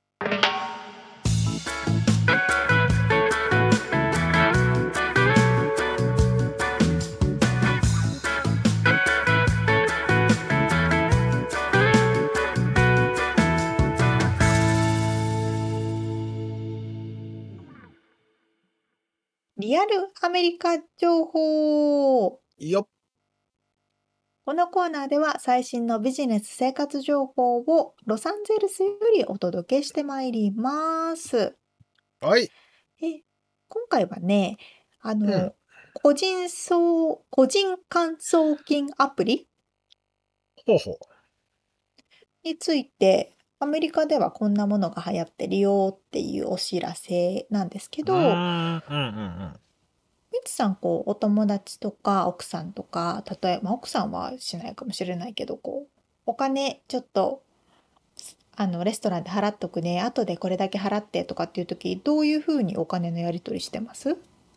リアルアメリカ情報。 よっ。 このコーナーでは最新のビジネス生活情報をロサンゼルスよりお届けしてまいります。 はい。 え、今回はね、あうん。 の、個人そう個人間送金アプリほうほう。 について、アメリカではこんなものが流行ってるよっていうお知らせなんですけうど、 ーん、うんうんうん。 みつさん、こう、お友達とか奥さんとか、例えば、まあ、奥さんはしないかもしれないけど、こう、お金ちょっと、あの、レストランで払っとくね、後でこれだけ払ってとかっていう時、どういうふうにお金のやり取りしてます？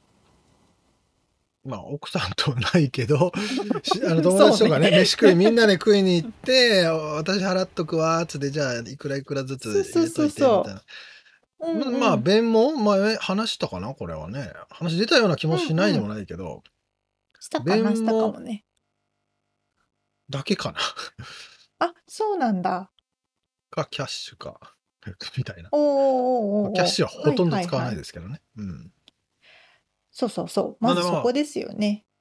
まあ、奥さんとはないけど、しあの、友そうね。 達とかね、飯食いみんなで食いに行って、「私払っとくわ」つって、「じゃあ、いくらいくらずそうそうそうつ入れといて」みたいそな。 う。うんままあ、 うん。 弁も、まあ、え、話したかな、これはね。話出たような気うもしないでもんうん。 ないけど、 したかな、したか弁ももね。 だけかな。 あ、そうなんだ。 か、キャッシュか、みたいな。 おおま、キャッおおおお。 シュはほはいとんど使わはいはい。 ないですけどね。うん。 そうそうそう。まま、でずそこもですよね。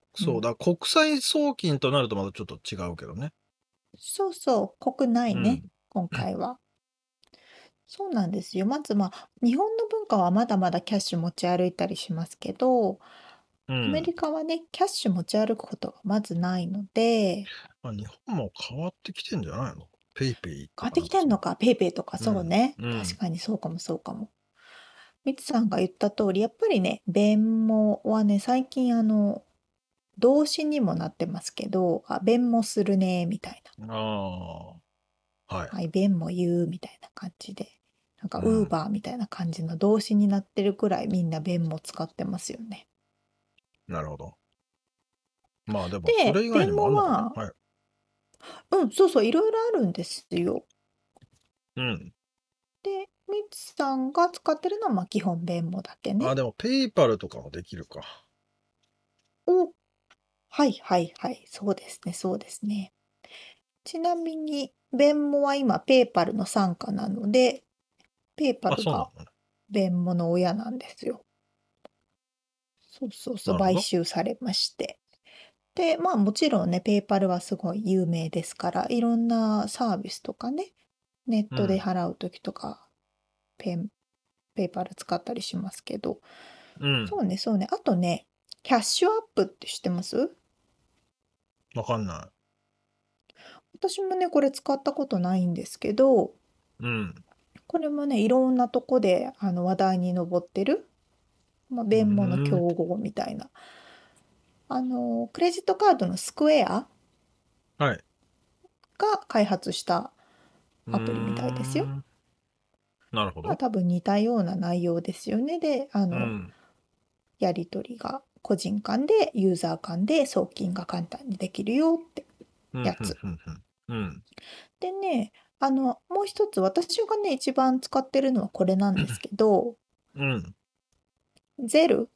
そううだ、 ん。 国際送金となるとまたちょっと違うけどね。 そうそう、国内ね、 うん。 今回は。そうなんですよ。まずまあ、日本の文化はまだまだキャッシュ持ち歩いたりしますけど、 うアメん。 リカはね、キャッシュ持ち歩くことがまずないので、 まあ、日本も変わってきてんじゃないの？ペイペイと変わってかなんかその。 きてんのか、ペイペイとか、 うん。 そうね。 うん。 確かにそうかもそうかも。ミツさんが言った通り、やっぱりね、弁モはね、最近あの、動詞にもなってますけど、あ、弁モするね、みたいな。 ああ、はい。 はい、弁も言う、みたいな感じで。なんか、 うん。 ウーバーみたいな感じの動詞になってるくらいみんな弁も使ってますよね。 なるほど。まあでも、そで、 れ以外に弁もあんのかな？ もは、 はい。 うん、そうそう、いろいろあるんですよ。 うん。 で、ミツさんが使ってるのは、まあ、基本弁もだけあ、 ね。 でも、ペイパルとかもできるか。 お、はいはいはい、そうですね、そうですね。ちなみに、弁もは今、ペーパルの傘下なので、ペーパあ、 ルがそうなのね。 弁もの親なんですよ。そうそうそう、買なるほど。 収されまして。で、まあもちろんね、ペーパルはすごい有名ですから、いろんなサービスとかね、ネットでうん。 払うときとか、ペン、ペーパル使ったりしますけど、 うん。 そうね、そうね。あとね、キャッシュアップって知ってます？ わかんな私もね、これ使ったことないんですけど、 い。うん。 これもね、いろんなとこであの話題に上ってる、まあ、 うー弁護の競ん。 合みたいな。あの、クレジットカードのスクエアはい。 が開発したうーアプリみたいですよ。 ん。なるほど。 まあ多分似たような内容ですよね。で、あの、 うん。 やり取りが個人間で、ユーザー間で送金が簡単にできるよってうん、ふんやつ。 ふんふん。うん。 でね、あの、もう一つ私がね、一番使ってるのはこれなんですけど、 うん。 ゼル、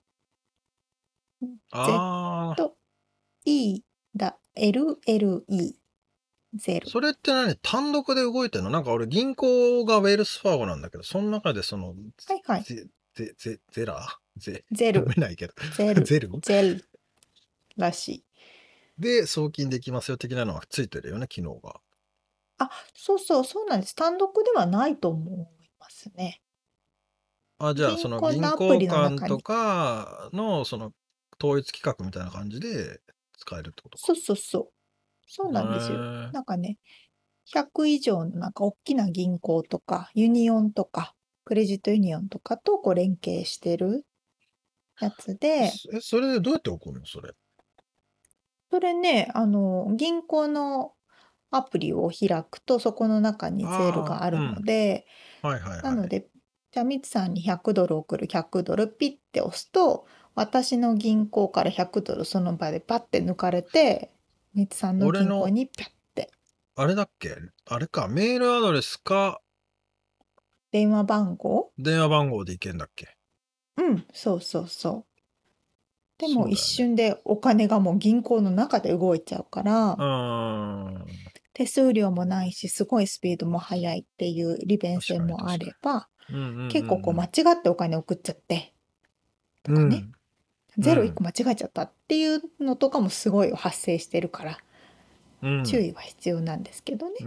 ああ、 Z-E だ、エルエルイー、ゼル。 それって何？単独で動いてんの？なんか俺銀行がウェルスファーゴなんだけど、その中でその、 はいはい。 ゼ、ゼ、ゼ、ゼラゼ、読ゼル、 めないけど、 ゼル、 ゼルゼルらしい。 で送金できますよ的なのがついてるよね、機能が。 あ、そうそう、そうなんです。単独ではないと思いますね。 あ、じゃあそ銀行の銀のアプリの行間と中に。 かのその統一規格みたいな感じで使えるってことか。 そうそうそう。そうへなんですよ。 え。 なんかね、ひゃく以上のなんか大きな銀行とか、ユニオンとか、クレジットユニオンとかとこう連携してるやつで、 そえ、それでどうやって送るのそれ？ それね、あの、銀行のアプリを開くと、そこの中にゼルああ、 があるのうん。 で、 はいはいはい。 なので、じゃあ、ミツさんにひゃくドル送る、ひゃくドルピッて押すと、私の銀行からひゃくドルその場でパッて抜かれて、ミツさんの銀行俺の、 にピャッてあれだっけ？あれか、メールアドレスか電話番号、 電話番号でいけんだっけ？ うん、そうそうそう。でも一そうだよね。 瞬でお金がもう銀行の中で動いちゃうかうら、 ーん。 手数料もないし、すごいスピードも速いっていう利便確かに性もあ確かれば、 に。うんうん結構こう間違うんってお金送っちゃってとうん。 かね、 うん。うゼロいっこん。 間違えちゃったっていうのとかもすごい発生してるから、 うん。 注意は必要なんですけどね。 うん。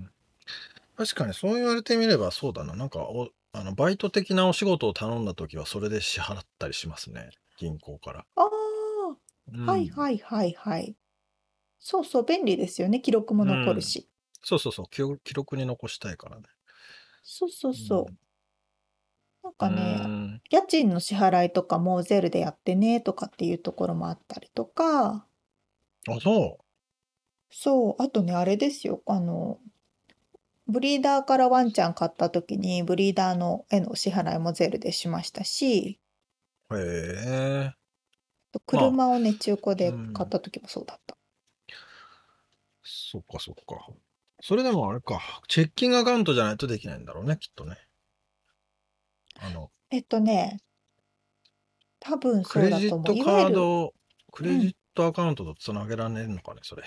確かにそう言われてみればそうだな。なんかお、あの、バイト的なお仕事を頼んだときはそれで支払ったりしますね。銀行から。 ああ、はいうん。 はいはいはい。そうそう、便利ですよね。記録もうん。 残るし。 そうそうそう。記録記録に残したいからね。 そうそううそう。なんん。うかね、 ーん。 家賃の支払いとかもゼルでやってねとかっていうところもあったりとか、 あ、そそう、あとね、あれですよ。あの、ブリーダーからワンちゃん買った時に、ブリーダーのへの支払いもゼルでしましたし、 う。へえ。まあ、 車をね、中古で買っうん。 た時もそうだった。 そっかそっか。それでもあれか。チェッキングアカウントじゃないとできないんだろうね、きっとね。あの、 えっとね、多分クレジそうだと思う。 ットカーいわゆる、 ド、クレジうん、 ットアカウントとつなげられるのかね、それ。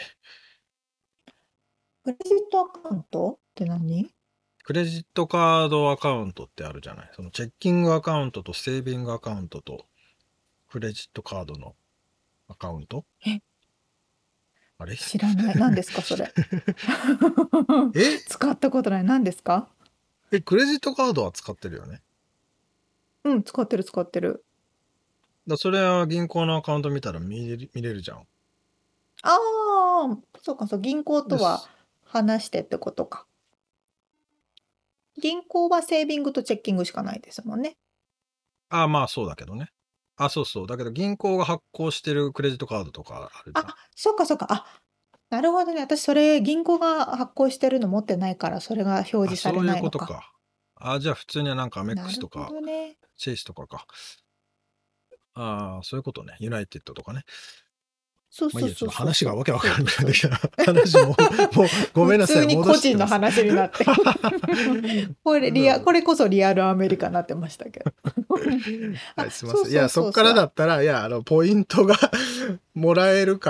クレジットアカウントって何？ クレジットカードアカウントってあるじゃない。そのチェッキングアカウントとセービングアカウントとクレジットカードの。 アカウントえ、 あれ知らない。何ですか、それ。 え使ったことない。何ですか？ え、クレジットカードは使ってるよね。 うん、使ってる、使ってる。 だそれは銀行のアカウント見たら見れる、見れるじゃん。 ああ、そうか、そう、銀行とはです。 話してってことか。銀行はセービングとチェッキングしかないですもんね。 ああ、まあそうだけどね。あ、そうそう。だけど銀行が発行してるクレジットカードとかあるじゃん。 あ、そうか、そうか。あ、なるほどね。私、それ、銀行が発行してるの持ってないから、それが表あ、 示されそういうないのか。 ことか。あ、じゃあ普通にはなんかアメッなるほクスとか、 どね。 チェイスとかか。ああ、そういうことね。ユナイテッドとかね。 そうまあいいや、ちょっとそうそうそう話がわけわそう。 からなくなってきそうです。 た。話も、もう、ごめんなさい。 普通に戻個人のしてください。 話になって。これリア、これこそリアルアメリカになってましたけど。 はあ、 い、すいません。いや、 そうそうそっからそうそう。 だったら、いや、あの、ポイントがもらえるから、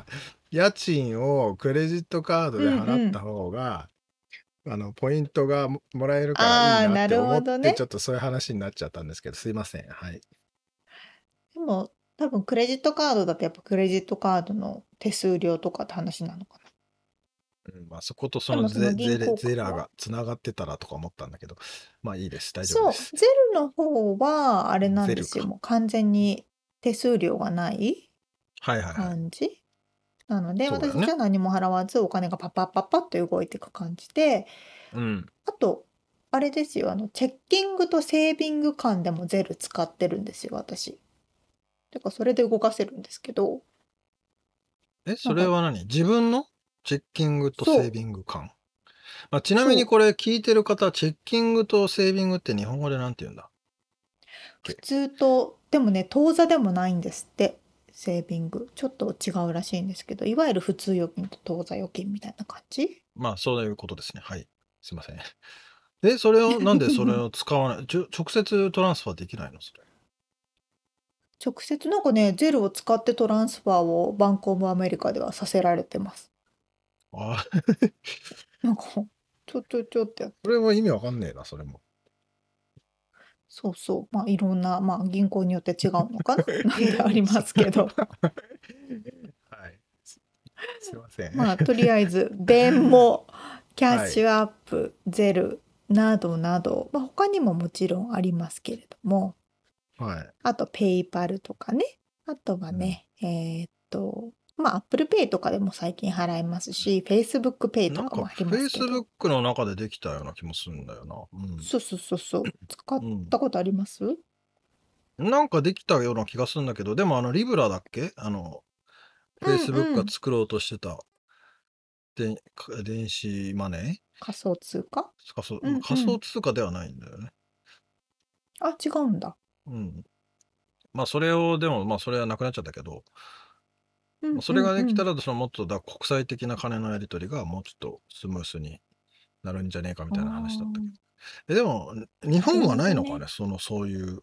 家賃をクレジットカードうでんうん。 払った方が、あの、ポイントがももらえるからいいああ、 なってなる思って、ちほどね。 ょっとそういう話になっちゃったんですけど、すいません。はい。 でも、多分クレジットカードだとやっぱクレジットカードの手数料とかって話なのかな。 うん、まあ、そことそでもそののゼ、ゼ銀レ、 行からは。 ゼラがつながってたらとか思ったんだけど、まあいいです。大丈夫でそす。 う、ゼルの方はあれなんですよ。 ゼルか。 もう完全に手数料がないはいはいはい。 感じ。なので、 そうだよね。 私たちは何も払わずお金がパッパッパッパッと動いていく感じで、 うん。 あと、あれですよ、あの、チェッキングとセービング間でもゼル使ってるんですよ、私。てか、それで動かせるんですけど、 え、 なんか、 それは何自分のチェッキングとセーそう、 ビング間。まあ、ちなみにそう、 これ聞いてる方、チェッキングとセービングって日本語でなんて言うんだっけ？ 普通と、でもね、当座でもないんですって、セービング。ちょっと違うらしいんですけど、いわゆる普通預金と当座預金みたいな感じ。 まあ、そういうことですね。はい。すいません。で、それを、なんでそれを使わない、ちょ直接トランスファーできないのそれ。 直接なんかね、ゼルを使ってトランスファーをバンコブアメリカではさせられてます。 ああ、 なんか、ちょちょちょってやって。 それも意味わかんねえな、それも。 そうそう。まあ、いろんな、まあ、銀行によって違うのかななんてありますけど。 はい。す、すいません。 まあ、とりあえず、弁も、キャッはい。 シュアップ、ゼルなどなど、まあ、他にももちろんありますけれども、 はい。 あと、ペイパルとかね。あとはうん。 ね、えーっと、まあ、Apple Pay とかでも最近払えますし、Facebook Pay となんか、 かもありますけど。 Facebook の中でできたような気もするんだよな。うん。 そうそうそうそう。使っうん。 たことあります？ なんかできたような気がするんだけど、でもあの、リブラだっけあの、 うんう Facebook がん。 作ろうとしてた、で、か電子マネ仮想通貨。 ー仮想、 うん仮うん。 想通貨ではないんだよね。 あ、違うんだ。 うん。まあ、それを、でも、まあ、それはなくなっちゃったけど、 うんまあそれうんうん。 ができたら、そのもっとだ国際的な金のやり取りがもうちょっとスムースになるんじゃねえかみあたいな話だったけど。 あ、 え、でも、日なる本はほどね。 ないのかねその、そういう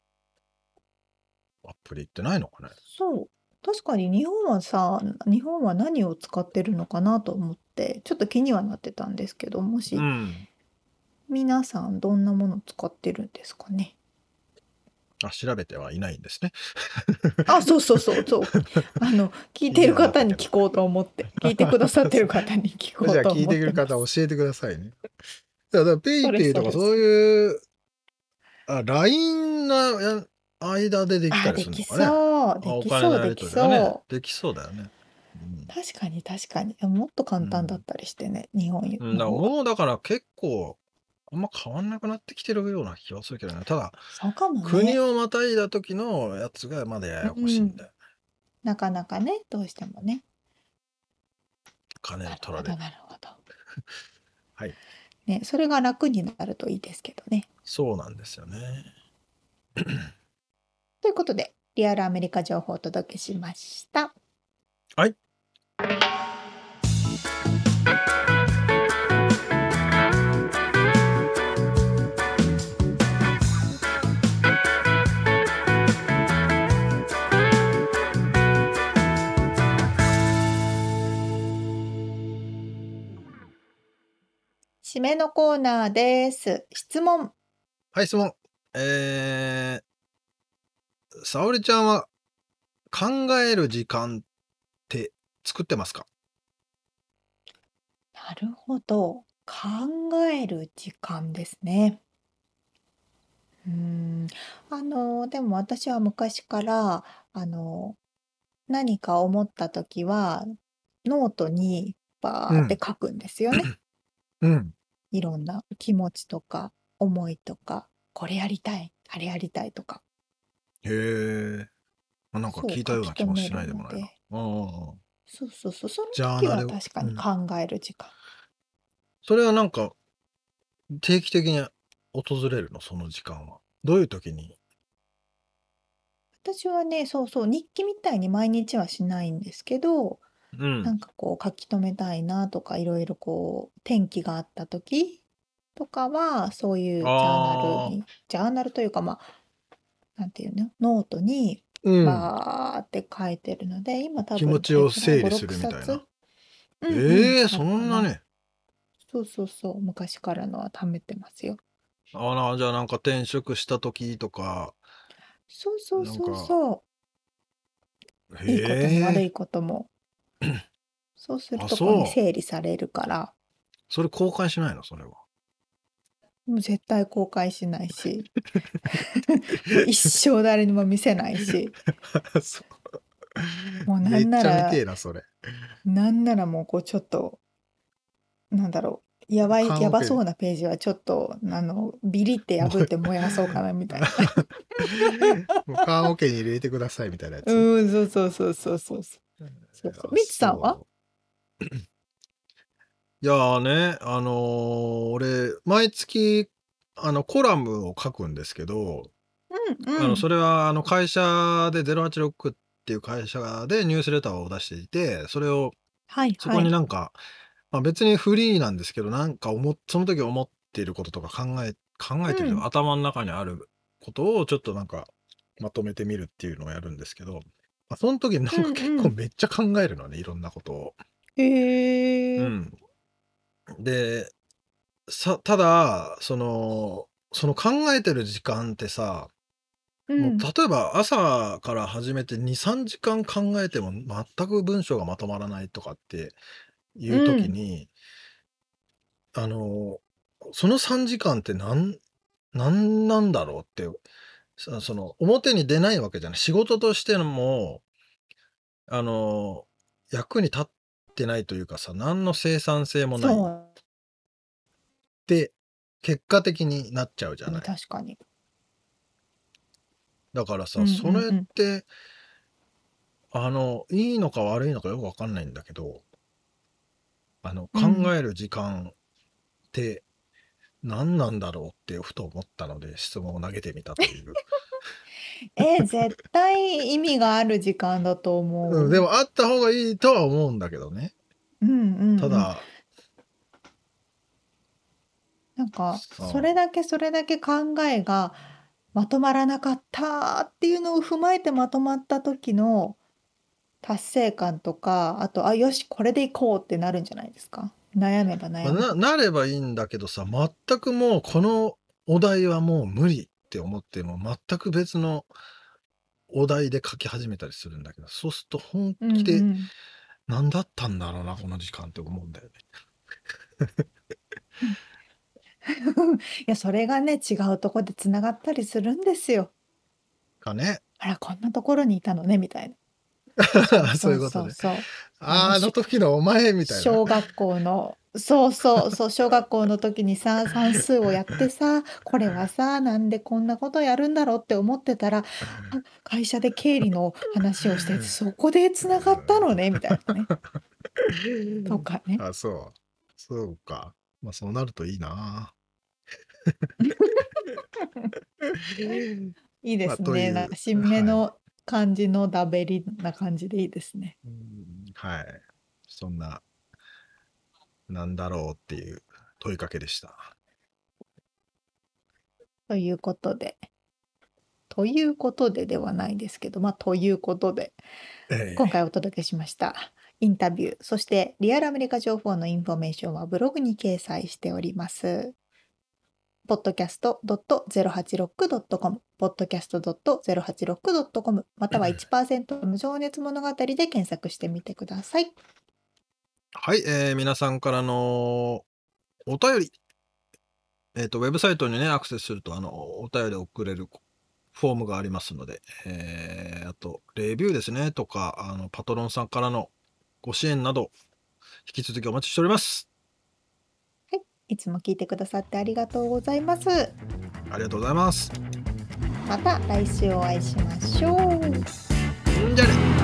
アプリってないのかね？ そう。確かに日本はさ、日本は何を使ってるのかなと思って、ちょっと気にはなってたんですけど、もしうん。 皆さんどんなもの使ってるんですかね。 あ、調べてはいないんですね。 あ、そうそうそうそう。あの、聞いてる気にはなったけど。 方に聞こうと思って、聞いてくださってる方に聞こじゃあうと思っ聞いてくるてます。 方教えてくださいね。だからペイそれペイとかそうそれそれ。 いう、あ、ライン のや間でできあー、 たりできするのかね。 そう。 あ、 でお金のきそう、できやり取りがね、 そう。 できそうだよね。うん。 確かに確かに。もっと簡単だっうん。 たりしてね、日本うん、だからの方が。 もうだから結構、あんま変わんなくなってきてるような気はするけどね。ただ、 そうかもね。 国をまたいだ時のやつがまだややこしいんうん。 だよ。 なかなかね、どうしてもね。 金なるほど、 取られる。 なるほど。 はい。 ね、それが楽になるといいですけどね。 そうなんですよね。 ということで、リアルアメリカ情報をお届けしました。 はい。 締めのコーナーです。質問。 はい、質問。えー、沙織ちゃんは考える時間って作ってますか？ なるほど。考える時間ですね。うーん。あの、でも私は昔から、あの、何か思った時は、ノートにバーってうん。 書くんですよね。 うん。 いろんな気持ちとか思いとか、これやりたい、あれやりたいとか。 へえ。あ、なんかそう、 聞いた書ような気もしき留めるないでもないな。 ので。 うんうんうん。 そうそうそう、その時ジャーナルは確かうん。 に考える時間。 それはなんか、定期的に訪れるの？その時間は。どういう時に？ 私はね、そうそう、日記みたいに毎日はしないんですけど、 うん。 なんかこう書き留めたいなとか、いろいろこう転機があった時とかは、そういうジャーナルああ。 にジャーナルというか、まあ、なんていうの、ノートにうん。 バーって書いてるので、今多気持分どれちをくらい？ご、 整理す 6 るみたいな。 冊うんうん、 ええ、 あそるかな。 んなね。 そうそうそう、昔からのは貯めてますよ。 あら、じゃあなんか転職した時とか、 そうそうそうなんか、 そう。いいことも悪へえ。 いことも。そうするあ、 とこうね、 そう。 整理されるから、 それ公開しないの？それは。 もう絶対公開しないし、もう一生誰にも見せないし、 そう。 もうなんなめっちゃ見てらえな、それ。 なんならもうこうちょっと、なんだろう、やばいや棺桶にばそうなページはちょっと、あの、ビリってもう破って燃やそうかなみたいな。 もう棺桶に入れてくださいみたいなやつ？ うん、そうそうそうそうそうそう。そうそう。 あ、 ミツさんは？ そう。いやーね、あの、俺、毎月、あの、コラムを書くんですけど、あの、 うんうん。 それは、あの、会社でゼロはちろくっていう会社でニュースレターを出していて、それをそこにはいはい。 なんか、ま、別にフリーなんですけど、なんかおもその時思っていることとか考え考えてるというか、 うん。 頭ん中にあることをちょっとなんか、まとめてみるっていうのをやるんですけど、ま、そん時になうんか結構んうん。 めっちゃ考えるのね、いろんなことを。うへえ。 ん。で、さただ、その、その考えてる時間ってさ、もううん。 例えば朝から始めてに、さんじかん考えても全く文章がまとまらないとかっていうう時ん。 に、あの、そのさんじかんってなんなんなんだろうって、さその表に出ないわけじゃない。仕事としてのも、あの、役に立ってないというかさ、何の生産性もないっそて、結果的になっちゃうじゃうね、 ない。 確かに。 だからさ、 うんうそれっんうん。 て、あの、いいのか悪いのかよくわかんないんだけど、あの、考うん。 える時間って何なんだろうってふと思ったので、質問を投げてみたという。 え、絶対意味がある時間だとうん、で思う。 もあった方がいいとは思うんだけどね。 うんうんうん。 ただ、 なんか、それさだけそれだけ考えがまとまらなかったっていうのを踏まえてまとまった時の達成感とか、あと、あ、よし、これでいこうってなるんじゃないですか？悩めばまあ、な悩むほど。 なればいいんだけどさ、全くもうこのお題はもう無理って思っても、全く別のお題で書き始めたりするんだけど、そうすると本うん気でうん。 何だったんだろうな、この時間って思うんだよね。 うん。いや、それがね、違うとこで繋がったりするんですよ。 かね。 あら、こんなところにいたのねみたいな。そうそうそういうことね。 そうそう。あの、 あのし時のお前みたいな。 小学校のそうそうそう、小学校の時にさ、算数をやってさ、これはさ、なんでこんなことやるんだろうって思ってたら、あ、会社で経理の話をしてて、そこで繋がったのねみたいなね。とかね。 あ、そう。そうか。ま、そうなるといいな。 いいでま、 すね。 という、 なんか締めはい。 の感じのだべりな感じでいいですね。 うん、はい。そんな、なんだろうっていう問いかけでした。 ということでということでではないですけど、ま、ということで、 え今回え。 お届けしましたインタビュー、そしてリアルアメリカ情報のインフォメーションはブログに掲載しております。 ポッドキャストドットゼロはちろくドットコム、ポッドキャストドットゼロはちろくドットコム、または いちパーセント の情熱物語で検索してみてください。 はい、えー皆さんからのお便り、えっ、と、ウェブサイトにね、アクセスすると、あの、お便りを送れるフォームがありますので、えーあと、レビューですね、とか、あの、パトロンさんからのご支援など、引き続きお待ちしております。 いつも聞いてくださってありがとうございます。 ありがとうございます。 また来週お会いしましょう。 んじゃね。